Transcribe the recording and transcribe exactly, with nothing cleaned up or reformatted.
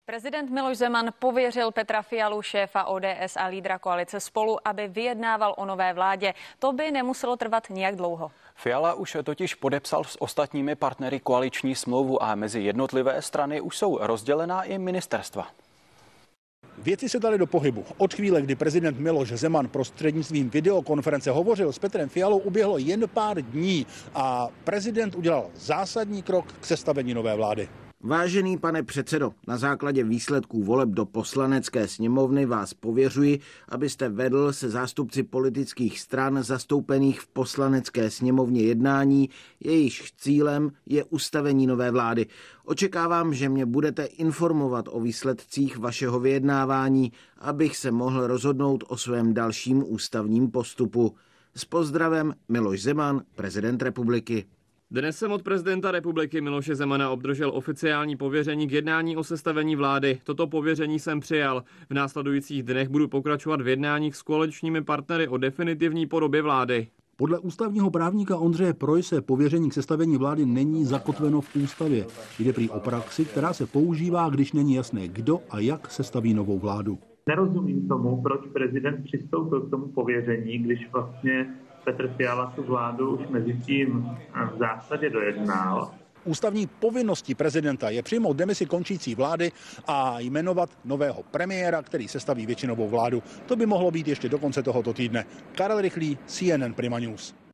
Prezident Miloš Zeman pověřil Petra Fialu, šéfa O D S a lídra koalice Spolu, aby vyjednával o nové vládě. To by nemuselo trvat nijak dlouho. Fiala už totiž podepsal s ostatními partnery koaliční smlouvu a mezi jednotlivé strany už jsou rozdělená i ministerstva. Věci se daly do pohybu. Od chvíle, kdy prezident Miloš Zeman prostřednictvím videokonference hovořil s Petrem Fialou, uběhlo jen pár dní a prezident udělal zásadní krok k sestavení nové vlády. Vážený pane předsedo, na základě výsledků voleb do Poslanecké sněmovny vás pověřuji, abyste vedl se zástupci politických stran zastoupených v Poslanecké sněmovně jednání, jejichž cílem je ustavení nové vlády. Očekávám, že mě budete informovat o výsledcích vašeho vyjednávání, abych se mohl rozhodnout o svém dalším ústavním postupu. S pozdravem Miloš Zeman, prezident republiky. Dnes jsem od prezidenta republiky Miloše Zemana obdržel oficiální pověření k jednání o sestavení vlády. Toto pověření jsem přijal. V následujících dnech budu pokračovat v jednáních s koaličními partnery o definitivní podobě vlády. Podle ústavního právníka Ondřeje Projse pověření k sestavení vlády není zakotveno v ústavě. Jde prý o praxi, která se používá, když není jasné, kdo a jak sestaví novou vládu. Nerozumím tomu, proč prezident přistoupil k tomu pověření, když vlastně Petr Fiala tu vládu už mezi tím v zásadě dojednal. Ústavní povinností prezidenta je přijmout demisi končící vlády a jmenovat nového premiéra, který sestaví většinovou vládu. To by mohlo být ještě do konce tohoto týdne. Karel Rychlý, C N N Prima News.